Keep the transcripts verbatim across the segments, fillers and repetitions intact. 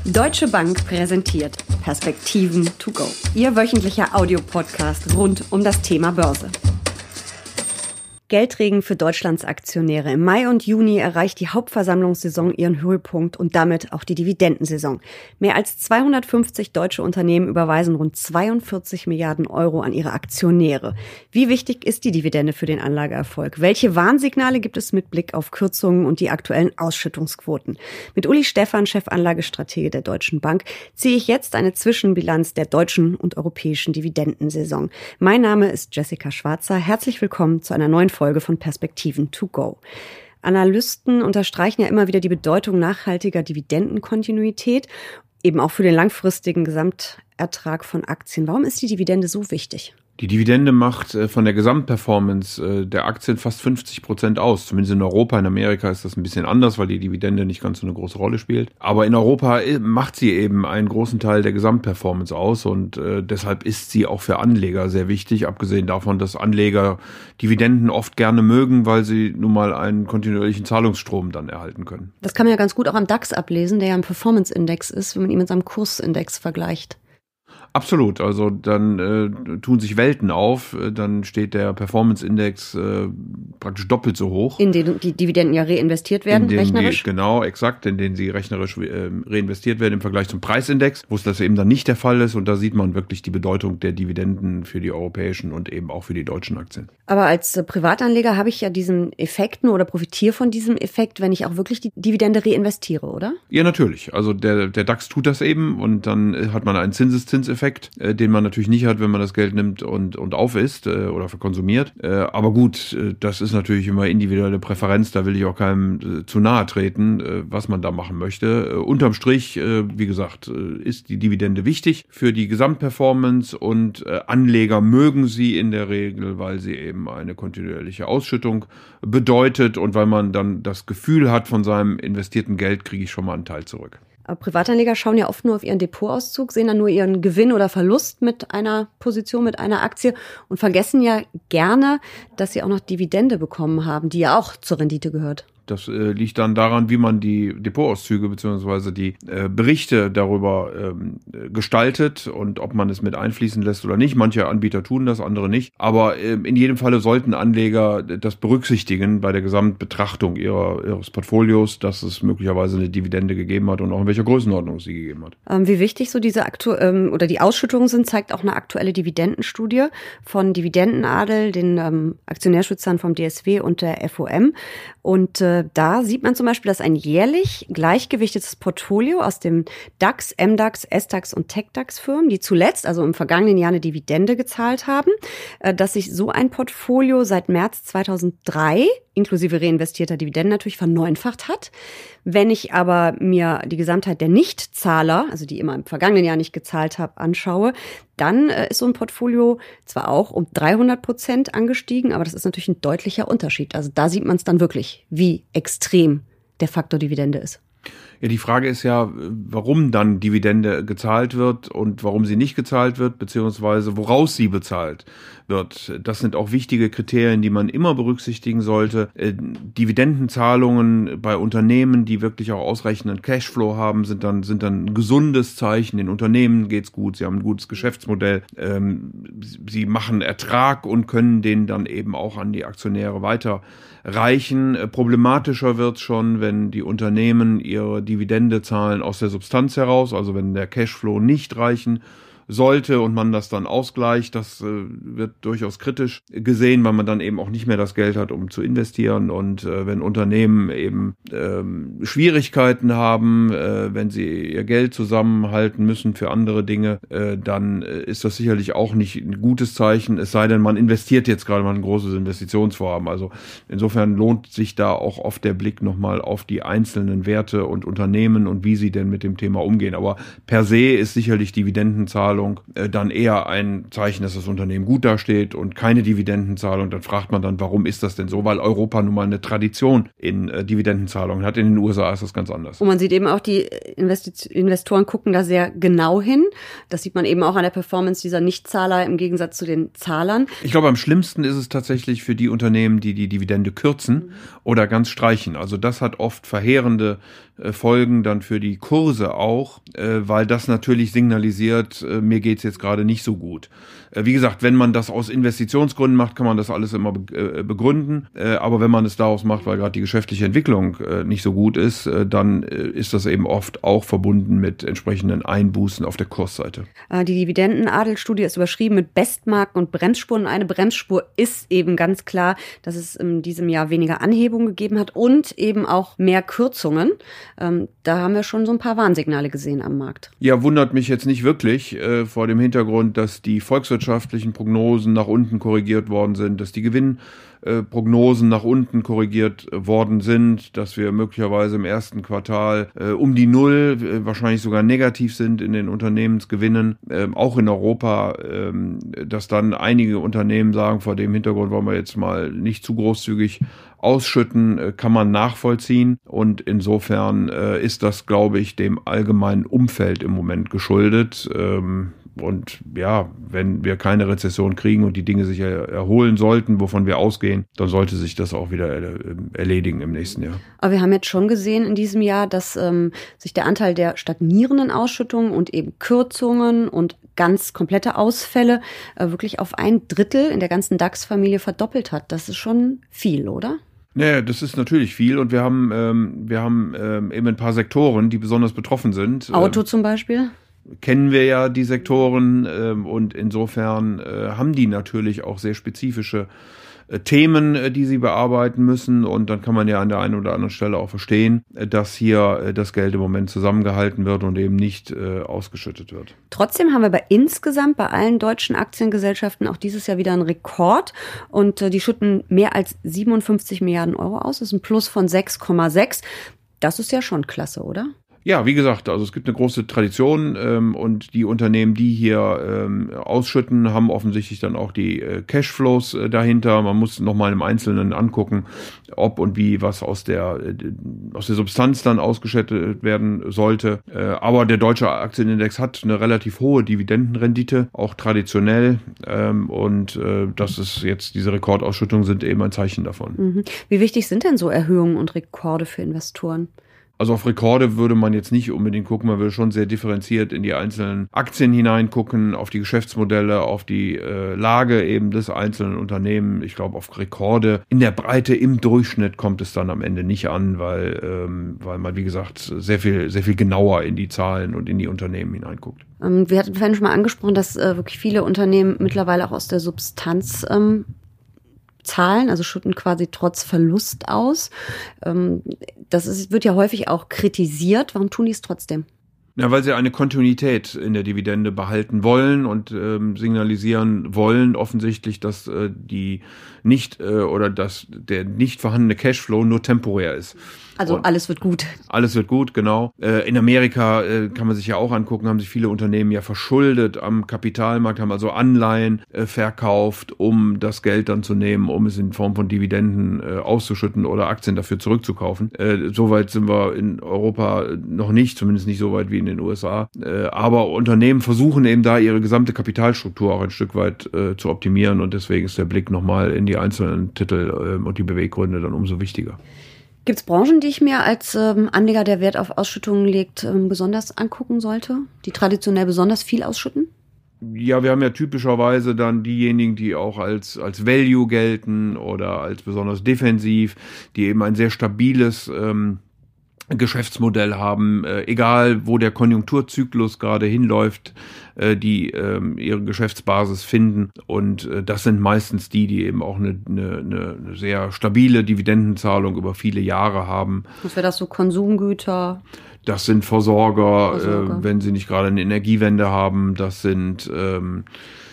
Deutsche Bank präsentiert Perspektiven to go. Ihr wöchentlicher Audiopodcast rund um das Thema Börse. Geldregen für Deutschlands Aktionäre. Im Mai und Juni erreicht die Hauptversammlungssaison ihren Höhepunkt und damit auch die Dividendensaison. Mehr als zweihundertfünfzig deutsche Unternehmen überweisen rund zweiundvierzig Milliarden Euro an ihre Aktionäre. Wie wichtig ist die Dividende für den Anlageerfolg? Welche Warnsignale gibt es mit Blick auf Kürzungen und die aktuellen Ausschüttungsquoten? Mit Uli Stephan, Chefanlagestratege der Deutschen Bank, ziehe ich jetzt eine Zwischenbilanz der deutschen und europäischen Dividendensaison. Mein Name ist Jessica Schwarzer. Herzlich willkommen zu einer neuen Folge von Perspektiven to go. Analysten unterstreichen ja immer wieder die Bedeutung nachhaltiger Dividendenkontinuität, eben auch für den langfristigen Gesamtertrag von Aktien. Warum ist die Dividende so wichtig? Die Dividende macht von der Gesamtperformance der Aktien fast fünfzig Prozent aus. Zumindest in Europa. In Amerika ist das ein bisschen anders, weil die Dividende nicht ganz so eine große Rolle spielt. Aber in Europa macht sie eben einen großen Teil der Gesamtperformance aus und äh, deshalb ist sie auch für Anleger sehr wichtig. Abgesehen davon, dass Anleger Dividenden oft gerne mögen, weil sie nun mal einen kontinuierlichen Zahlungsstrom dann erhalten können. Das kann man ja ganz gut auch am DAX ablesen, der ja ein Performance-Index ist, wenn man ihn mit seinem Kursindex vergleicht. Absolut, also dann äh, tun sich Welten auf, dann steht der Performance-Index äh, praktisch doppelt so hoch. In den die Dividenden ja reinvestiert werden, in rechnerisch? Die, genau, exakt, in denen sie rechnerisch äh, reinvestiert werden im Vergleich zum Preisindex, wo es das eben dann nicht der Fall ist und da sieht man wirklich die Bedeutung der Dividenden für die europäischen und eben auch für die deutschen Aktien. Aber als äh, Privatanleger habe ich ja diesen Effekt nur oder profitiere von diesem Effekt, wenn ich auch wirklich die Dividende reinvestiere, oder? Ja, natürlich, also der, der DAX tut das eben und dann hat man einen Zinseszinseffekt, Effekt, den man natürlich nicht hat, wenn man das Geld nimmt und, und aufisst äh, oder verkonsumiert. Äh, aber gut, äh, das ist natürlich immer individuelle Präferenz, da will ich auch keinem äh, zu nahe treten, äh, was man da machen möchte. Äh, unterm Strich, äh, wie gesagt, äh, ist die Dividende wichtig für die Gesamtperformance und äh, Anleger mögen sie in der Regel, weil sie eben eine kontinuierliche Ausschüttung bedeutet und weil man dann das Gefühl hat, von seinem investierten Geld kriege ich schon mal einen Teil zurück. Aber Privatanleger schauen ja oft nur auf ihren Depotauszug, sehen dann nur ihren Gewinn oder Verlust mit einer Position, mit einer Aktie und vergessen ja gerne, dass sie auch noch Dividende bekommen haben, die ja auch zur Rendite gehört. Das äh, liegt dann daran, wie man die Depotauszüge bzw. die äh, Berichte darüber ähm, gestaltet und ob man es mit einfließen lässt oder nicht. Manche Anbieter tun das, andere nicht. Aber äh, in jedem Falle sollten Anleger das berücksichtigen bei der Gesamtbetrachtung ihrer, ihres Portfolios, dass es möglicherweise eine Dividende gegeben hat und auch in welcher Größenordnung es sie gegeben hat. Ähm, wie wichtig so diese aktu- ähm, oder die Ausschüttungen sind, zeigt auch eine aktuelle Dividendenstudie von Dividendenadel, den ähm, Aktionärschützern vom D S W und der F O M. Und äh, da sieht man zum Beispiel, dass ein jährlich gleichgewichtetes Portfolio aus dem DAX, M DAX, S DAX und Tech DAX-Firmen, die zuletzt, also im vergangenen Jahr, eine Dividende gezahlt haben, dass sich so ein Portfolio seit März zweitausenddrei, inklusive reinvestierter Dividenden natürlich, verneunfacht hat. Wenn ich aber mir die Gesamtheit der Nichtzahler, also die immer im vergangenen Jahr nicht gezahlt habe, anschaue, dann ist so ein Portfolio zwar auch um dreihundert Prozent angestiegen, aber das ist natürlich ein deutlicher Unterschied. Also da sieht man es dann wirklich, wie extrem der Faktor Dividende ist. Ja, die Frage ist ja, warum dann Dividende gezahlt wird und warum sie nicht gezahlt wird, beziehungsweise woraus sie bezahlt wird. Das sind auch wichtige Kriterien, die man immer berücksichtigen sollte. Äh, Dividendenzahlungen bei Unternehmen, die wirklich auch ausreichenden Cashflow haben, sind dann, sind dann ein gesundes Zeichen. Den Unternehmen geht's gut, sie haben ein gutes Geschäftsmodell, ähm, sie machen Ertrag und können den dann eben auch an die Aktionäre weiterreichen. Äh, problematischer wird's schon, wenn die Unternehmen ihre Dividende zahlen aus der Substanz heraus, also wenn der Cashflow nicht reichen sollte und man das dann ausgleicht, das äh, wird durchaus kritisch gesehen, weil man dann eben auch nicht mehr das Geld hat, um zu investieren. Und äh, wenn Unternehmen eben ähm, Schwierigkeiten haben, äh, wenn sie ihr Geld zusammenhalten müssen für andere Dinge, äh, dann äh, ist das sicherlich auch nicht ein gutes Zeichen, es sei denn, man investiert jetzt gerade mal ein großes Investitionsvorhaben. Also insofern lohnt sich da auch oft der Blick nochmal auf die einzelnen Werte und Unternehmen und wie sie denn mit dem Thema umgehen. Aber per se ist sicherlich Dividendenzahlung dann eher ein Zeichen, dass das Unternehmen gut dasteht und keine Dividendenzahlung. Dann fragt man dann, warum ist das denn so? Weil Europa nun mal eine Tradition in äh, Dividendenzahlungen hat. In den U S A ist das ganz anders. Und man sieht eben auch, die Investi- Investoren gucken da sehr genau hin. Das sieht man eben auch an der Performance dieser Nichtzahler im Gegensatz zu den Zahlern. Ich glaube, am schlimmsten ist es tatsächlich für die Unternehmen, die die Dividende kürzen mhm. oder ganz streichen. Also das hat oft verheerende äh, Folgen dann für die Kurse auch, äh, weil das natürlich signalisiert, äh, mir geht's jetzt gerade nicht so gut. Äh, wie gesagt, wenn man das aus Investitionsgründen macht, kann man das alles immer be- äh, begründen. Äh, aber wenn man es daraus macht, weil gerade die geschäftliche Entwicklung äh, nicht so gut ist, äh, dann äh, ist das eben oft auch verbunden mit entsprechenden Einbußen auf der Kursseite. Äh, die Dividendenadelstudie ist überschrieben mit Bestmarken und Bremsspuren. Eine Bremsspur ist eben ganz klar, dass es in diesem Jahr weniger Anhebungen gegeben hat und eben auch mehr Kürzungen. Ähm, da haben wir schon so ein paar Warnsignale gesehen am Markt. Ja, wundert mich jetzt nicht wirklich äh, vor dem Hintergrund, dass die volkswirtschaftlichen Prognosen nach unten korrigiert worden sind, dass die Gewinnprognosen nach unten korrigiert worden sind, dass wir möglicherweise im ersten Quartal äh, um die Null, äh, wahrscheinlich sogar negativ sind in den Unternehmensgewinnen, äh, auch in Europa, äh, dass dann einige Unternehmen sagen, vor dem Hintergrund wollen wir jetzt mal nicht zu großzügig ausschütten, kann man nachvollziehen und insofern äh, ist das, glaube ich, dem allgemeinen Umfeld im Moment geschuldet. Ähm, und ja, wenn wir keine Rezession kriegen und die Dinge sich er- erholen sollten, wovon wir ausgehen, dann sollte sich das auch wieder er- erledigen im nächsten Jahr. Aber wir haben jetzt schon gesehen in diesem Jahr, dass ähm, sich der Anteil der stagnierenden Ausschüttungen und eben Kürzungen und ganz komplette Ausfälle äh, wirklich auf ein Drittel in der ganzen DAX-Familie verdoppelt hat. Das ist schon viel, oder? Naja, das ist natürlich viel und wir haben, ähm, wir haben ähm, eben ein paar Sektoren, die besonders betroffen sind. Auto ähm, zum Beispiel? Kennen wir ja die Sektoren ähm, und insofern äh, haben die natürlich auch sehr spezifische äh, Themen, äh, die sie bearbeiten müssen und dann kann man ja an der einen oder anderen Stelle auch verstehen, äh, dass hier äh, das Geld im Moment zusammengehalten wird und eben nicht äh, ausgeschüttet wird. Trotzdem haben wir bei insgesamt bei allen deutschen Aktiengesellschaften auch dieses Jahr wieder einen Rekord und äh, die schütten mehr als siebenundfünfzig Milliarden Euro aus. Das ist ein Plus von sechs Komma sechs. Das ist ja schon klasse, oder? Ja, wie gesagt, also es gibt eine große Tradition ähm, und die Unternehmen, die hier ähm, ausschütten, haben offensichtlich dann auch die äh, Cashflows äh, dahinter. Man muss nochmal im Einzelnen angucken, ob und wie was aus der äh, aus der Substanz dann ausgeschüttet werden sollte. Äh, aber der deutsche Aktienindex hat eine relativ hohe Dividendenrendite, auch traditionell. Ähm, und äh, das ist jetzt, diese Rekordausschüttungen sind eben ein Zeichen davon. Mhm. Wie wichtig sind denn so Erhöhungen und Rekorde für Investoren? Also auf Rekorde würde man jetzt nicht unbedingt gucken, man würde schon sehr differenziert in die einzelnen Aktien hineingucken, auf die Geschäftsmodelle, auf die äh, Lage eben des einzelnen Unternehmens. Ich glaube, auf Rekorde in der Breite, im Durchschnitt kommt es dann am Ende nicht an, weil, ähm, weil man, wie gesagt, sehr viel, sehr viel genauer in die Zahlen und in die Unternehmen hineinguckt. Ähm, wir hatten vorhin schon mal angesprochen, dass äh, wirklich viele Unternehmen mittlerweile auch aus der Substanz ähm, zahlen, also schütten quasi trotz Verlust aus. Das ist, wird ja häufig auch kritisiert. Warum tun die es trotzdem? Ja, weil sie eine Kontinuität in der Dividende behalten wollen und ähm, signalisieren wollen offensichtlich, dass äh, die nicht äh, oder dass der nicht vorhandene Cashflow nur temporär ist. Also und alles wird gut. Alles wird gut, genau. Äh, in Amerika äh, kann man sich ja auch angucken, haben sich viele Unternehmen ja verschuldet am Kapitalmarkt, haben also Anleihen äh, verkauft, um das Geld dann zu nehmen, um es in Form von Dividenden äh, auszuschütten oder Aktien dafür zurückzukaufen. Äh, Soweit sind wir in Europa noch nicht, zumindest nicht so weit wie in den U S A. Äh, aber Unternehmen versuchen eben da ihre gesamte Kapitalstruktur auch ein Stück weit äh, zu optimieren und deswegen ist der Blick nochmal in die einzelnen Titel äh, und die Beweggründe dann umso wichtiger. Gibt es Branchen, die ich mir als ähm, Anleger, der Wert auf Ausschüttungen legt, ähm, besonders angucken sollte, die traditionell besonders viel ausschütten? Ja, wir haben ja typischerweise dann diejenigen, die auch als als Value gelten oder als besonders defensiv, die eben ein sehr stabiles ähm, Geschäftsmodell haben, äh, egal wo der Konjunkturzyklus gerade hinläuft, äh, die ähm, ihre Geschäftsbasis finden und äh, das sind meistens die, die eben auch eine, eine, eine sehr stabile Dividendenzahlung über viele Jahre haben. Was wäre das, so Konsumgüter? Das sind Versorger, Versorger. Äh, wenn sie nicht gerade eine Energiewende haben, das sind ähm,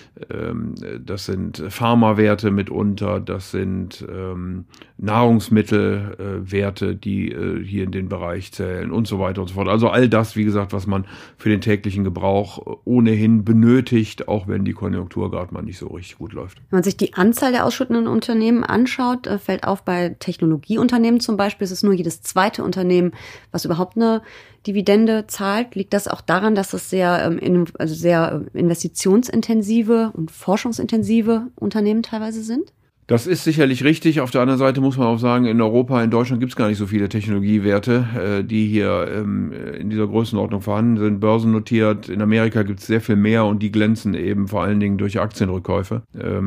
Das sind Pharmawerte mitunter, das sind ähm, Nahrungsmittelwerte, äh, die äh, hier in den Bereich zählen und so weiter und so fort. Also all das, wie gesagt, was man für den täglichen Gebrauch ohnehin benötigt, auch wenn die Konjunktur gerade mal nicht so richtig gut läuft. Wenn man sich die Anzahl der ausschüttenden Unternehmen anschaut, äh, fällt auf, bei Technologieunternehmen zum Beispiel, ist es nur jedes zweite Unternehmen, was überhaupt eine Dividende zahlt. Liegt das auch daran, dass das sehr, ähm, in, also sehr investitionsintensive und forschungsintensive Unternehmen teilweise sind? Das ist sicherlich richtig. Auf der anderen Seite muss man auch sagen, in Europa, in Deutschland gibt es gar nicht so viele Technologiewerte, die hier in dieser Größenordnung vorhanden sind, börsennotiert. In Amerika gibt es sehr viel mehr und die glänzen eben vor allen Dingen durch Aktienrückkäufe.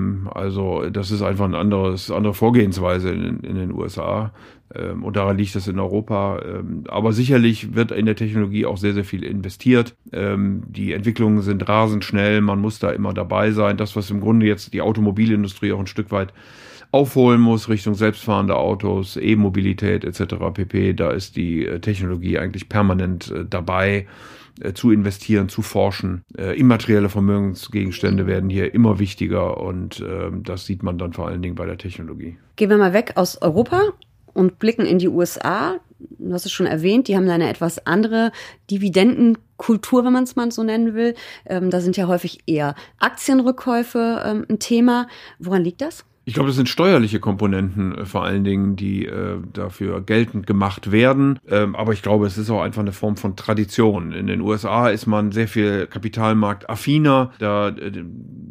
Also das ist einfach ein anderes, andere Vorgehensweise in, in den U S A. Und daran liegt das in Europa. Aber sicherlich wird in der Technologie auch sehr, sehr viel investiert. Die Entwicklungen sind rasend schnell. Man muss da immer dabei sein. Das, was im Grunde jetzt die Automobilindustrie auch ein Stück weit aufholen muss, Richtung selbstfahrende Autos, E-Mobilität et cetera pp., da ist die Technologie eigentlich permanent dabei, zu investieren, zu forschen. Immaterielle Vermögensgegenstände werden hier immer wichtiger und das sieht man dann vor allen Dingen bei der Technologie. Gehen wir mal weg aus Europa und blicken in die U S A. Du hast es schon erwähnt, die haben da eine etwas andere Dividendenkultur, wenn man es mal so nennen will. Ähm, da sind ja häufig eher Aktienrückkäufe ähm, ein Thema. Woran liegt das? Ich glaube, das sind steuerliche Komponenten äh, vor allen Dingen, die äh, dafür geltend gemacht werden. Ähm, aber ich glaube, es ist auch einfach eine Form von Tradition. In den U S A ist man sehr viel kapitalmarktaffiner. Da äh,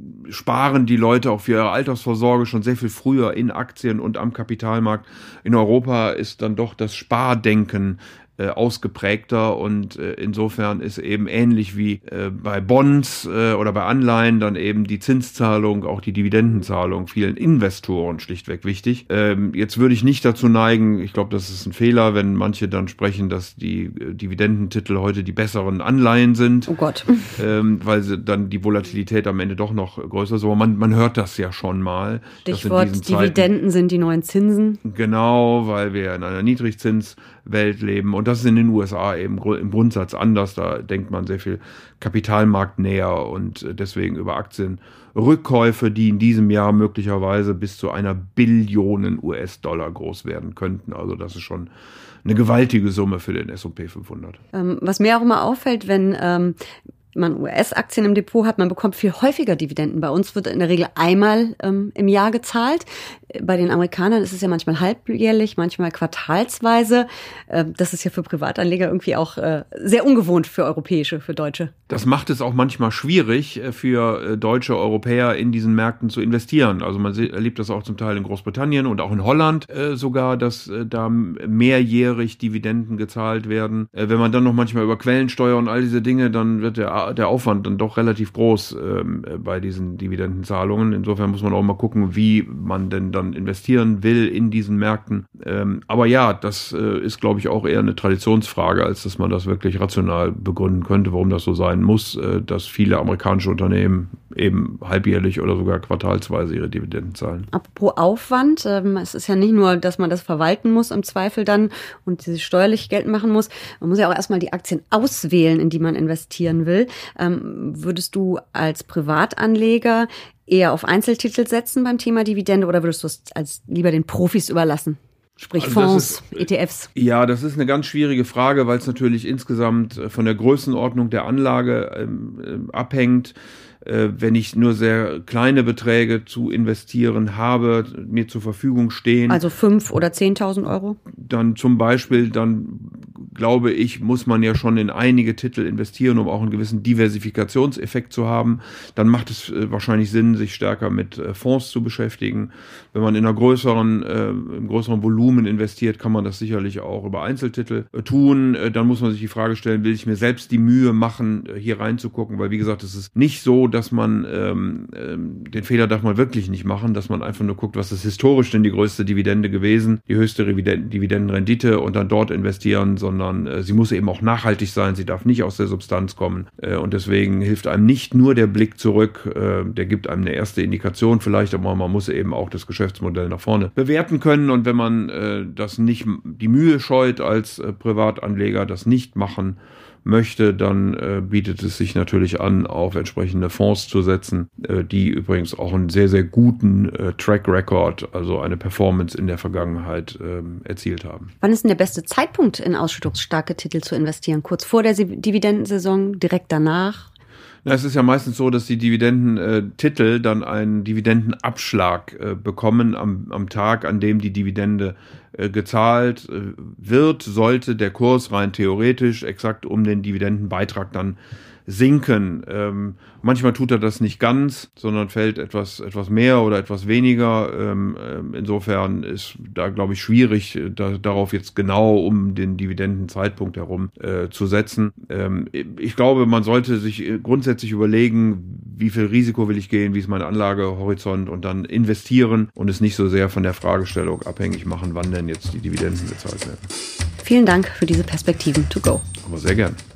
sparen die Leute auch für ihre Altersvorsorge schon sehr viel früher in Aktien und am Kapitalmarkt. In Europa ist dann doch das Spardenken äh, ausgeprägter und äh, insofern ist eben ähnlich wie äh, bei Bonds äh, oder bei Anleihen dann eben die Zinszahlung, auch die Dividendenzahlung vielen Investoren schlichtweg wichtig. Ähm, jetzt würde ich nicht dazu neigen, ich glaube, das ist ein Fehler, wenn manche dann sprechen, dass die äh, Dividendentitel heute die besseren Anleihen sind. Oh Gott. Ähm, weil sie dann die Volatilität am Ende doch noch größer ist. Aber man, man hört das ja schon mal. Stichwort Dividenden sind die neuen Zinsen. Genau, weil wir in einer Niedrigzinswelt leben. Und das ist in den U S A eben im Grundsatz anders. Da denkt man sehr viel kapitalmarktnäher und deswegen über Aktienrückkäufe, die in diesem Jahr möglicherweise bis zu einer Billion U S-Dollar groß werden könnten. Also das ist schon eine gewaltige Summe für den S und P fünfhundert. Ähm, was mir auch immer auffällt, wenn ähm, man U S-Aktien im Depot hat, man bekommt viel häufiger Dividenden. Bei uns wird in der Regel einmal ähm, im Jahr gezahlt. Bei den Amerikanern ist es ja manchmal halbjährlich, manchmal quartalsweise. Äh, das ist ja für Privatanleger irgendwie auch äh, sehr ungewohnt für europäische, für Deutsche. Das macht es auch manchmal schwierig für deutsche Europäer in diesen Märkten zu investieren. Also man erlebt das auch zum Teil in Großbritannien und auch in Holland äh, sogar, dass äh, da mehrjährig Dividenden gezahlt werden. Äh, wenn man dann noch manchmal über Quellensteuer und all diese Dinge, dann wird der der Aufwand dann doch relativ groß ähm, bei diesen Dividendenzahlungen. Insofern muss man auch mal gucken, wie man denn dann investieren will in diesen Märkten. Ähm, aber ja, das äh, ist, glaube ich, auch eher eine Traditionsfrage, als dass man das wirklich rational begründen könnte, warum das so sein muss, äh, dass viele amerikanische Unternehmen eben halbjährlich oder sogar quartalsweise ihre Dividenden zahlen. Apropos Aufwand, ähm, es ist ja nicht nur, dass man das verwalten muss im Zweifel dann und diese steuerlich geltend machen muss. Man muss ja auch erstmal die Aktien auswählen, in die man investieren will. Ähm, würdest du als Privatanleger eher auf Einzeltitel setzen beim Thema Dividende oder würdest du es als lieber den Profis überlassen? Sprich also Fonds, ist, E T Fs. Ja, das ist eine ganz schwierige Frage, weil es natürlich insgesamt von der Größenordnung der Anlage ähm, abhängt. Äh, wenn ich nur sehr kleine Beträge zu investieren habe, mir zur Verfügung stehen. Also fünf oder zehntausend Euro? Dann zum Beispiel, dann glaube ich, muss man ja schon in einige Titel investieren, um auch einen gewissen Diversifikationseffekt zu haben. Dann macht es äh, wahrscheinlich Sinn, sich stärker mit äh, Fonds zu beschäftigen. Wenn man in einer größeren, äh, im größeren Volumen investiert, kann man das sicherlich auch über Einzeltitel äh, tun. Äh, dann muss man sich die Frage stellen, will ich mir selbst die Mühe machen, äh, hier reinzugucken? Weil, wie gesagt, es ist nicht so, dass man, ähm, ähm, den Fehler darf man wirklich nicht machen, dass man einfach nur guckt, was ist historisch denn die größte Dividende gewesen, die höchste Dividendenrendite und dann dort investieren, sondern äh, sie muss eben auch nachhaltig sein, sie darf nicht aus der Substanz kommen äh, und deswegen hilft einem nicht nur der Blick zurück, äh, der gibt einem eine erste Indikation vielleicht, aber man muss eben auch das Geschäftsmodell nach vorne bewerten können und wenn man äh, das nicht, die Mühe scheut als äh, Privatanleger, das nicht machen möchte, dann äh, bietet es sich natürlich an, auf entsprechende Fonds zu setzen, äh, die übrigens auch einen sehr, sehr guten äh, Track Record, also eine Performance in der Vergangenheit äh, erzielt haben. Wann ist denn der beste Zeitpunkt, in ausschüttungsstarke Titel zu investieren? Kurz vor der Dividendensaison, direkt danach? Na, es ist ja meistens so, dass die Dividendentitel dann einen Dividendenabschlag äh, bekommen am, am Tag, an dem die Dividende äh, gezahlt äh, wird, sollte der Kurs rein theoretisch exakt um den Dividendenbeitrag dann sinken. Ähm, manchmal tut er das nicht ganz, sondern fällt etwas, etwas mehr oder etwas weniger. Ähm, insofern ist da, glaube ich, schwierig, da, darauf jetzt genau um den Dividendenzeitpunkt herum äh, zu setzen. Ähm, ich glaube, man sollte sich grundsätzlich überlegen, wie viel Risiko will ich gehen, wie ist mein Anlagehorizont und dann investieren und es nicht so sehr von der Fragestellung abhängig machen, wann denn jetzt die Dividenden gezahlt werden. Vielen Dank für diese Perspektiven to go. Aber sehr gern.